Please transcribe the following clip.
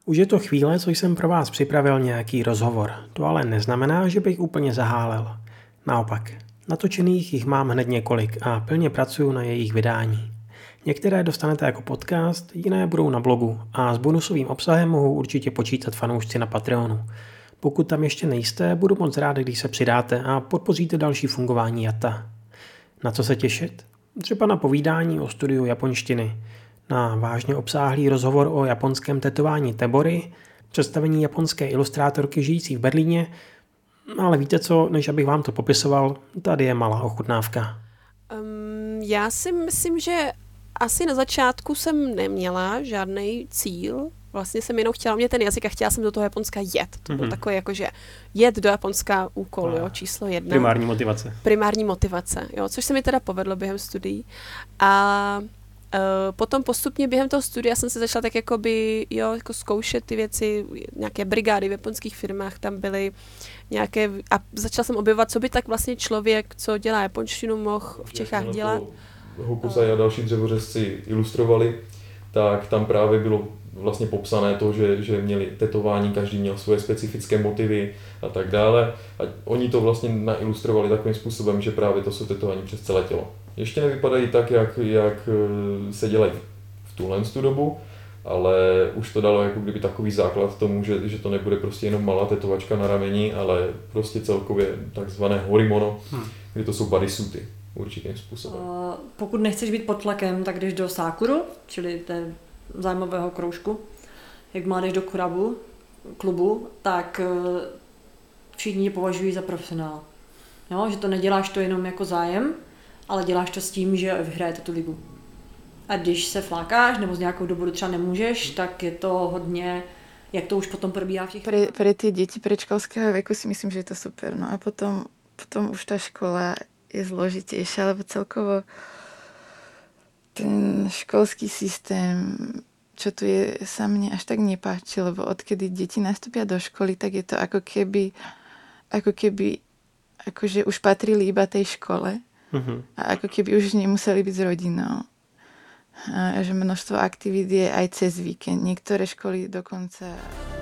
Už je to chvíle, co jsem pro vás připravil nějaký rozhovor. To ale neznamená, že bych úplně zahálel. Naopak, natočených jich mám hned několik a plně pracuju na jejich vydání. Některé dostanete jako podcast, jiné budou na blogu a s bonusovým obsahem mohou určitě počítat fanoušci na Patreonu. Pokud tam ještě nejste, budu moc rád, když se přidáte a podpoříte další fungování Jata. Na co se těšit? Třeba na povídání o studiu japonštiny, na vážně obsáhlý rozhovor o japonském tetování Tebory, představení japonské ilustrátorky žijící v Berlíně, ale víte co, než abych vám to popisoval, tady je malá ochutnávka. Já si myslím, že asi na začátku jsem neměla žádný cíl. Vlastně jsem jenom chtěla mě ten jazyk a chtěla jsem do toho Japonska jet. To bylo takové jakože jet do Japonska úkol, jo, číslo 1. Primární motivace, jo, což se mi teda povedlo během studií. A potom postupně během toho studia jsem se začala tak jako zkoušet ty věci, nějaké brigády v japonských firmách tam byly nějaké, a začala jsem objevovat, co by tak vlastně člověk, co dělá japonštinu, mohl v Čechách dělat. Hokusai a další dřevořezci ilustrovali, tak tam právě bylo vlastně popsané to, že měli tetování, každý měl svoje specifické motivy a tak dále. A oni to vlastně nailustrovali takovým způsobem, že právě to jsou tetování přes celé tělo. Ještě nevypadají tak, jak se dělají v tuhle dobu, ale už to dalo jako kdyby takový základ tomu, že to nebude prostě jenom malá tetovačka na rameni, ale prostě celkově takzvané horimono, kdy to jsou bodysuity určitým způsobem. Pokud nechceš být pod tlakem, tak jdeš do Sakuru, čili té zájmového kroužku. Jak má jdeš do klubu, tak všichni tě považují za profesionál. Jo, že to neděláš to jenom jako zájem, ale děláš to s tím, že vyhrajete tu ligu. A když se flákáš nebo z nějakou dobu třeba nemůžeš, tak je to hodně, jak to už potom probíhá v těch... Pre ty deti predškolského veku si myslím, že je to super. No a potom už tá škola je zložitejšia, lebo celkovo ten školský systém, čo tu je, sa mne až tak nepáči, lebo odkedy deti nastúpia do školy, tak je to ako keby akože už patrili iba tej škole a ako keby už nemuseli byť s rodinou. A že množstvo aktivít je aj cez víkend. Niektoré školy dokonca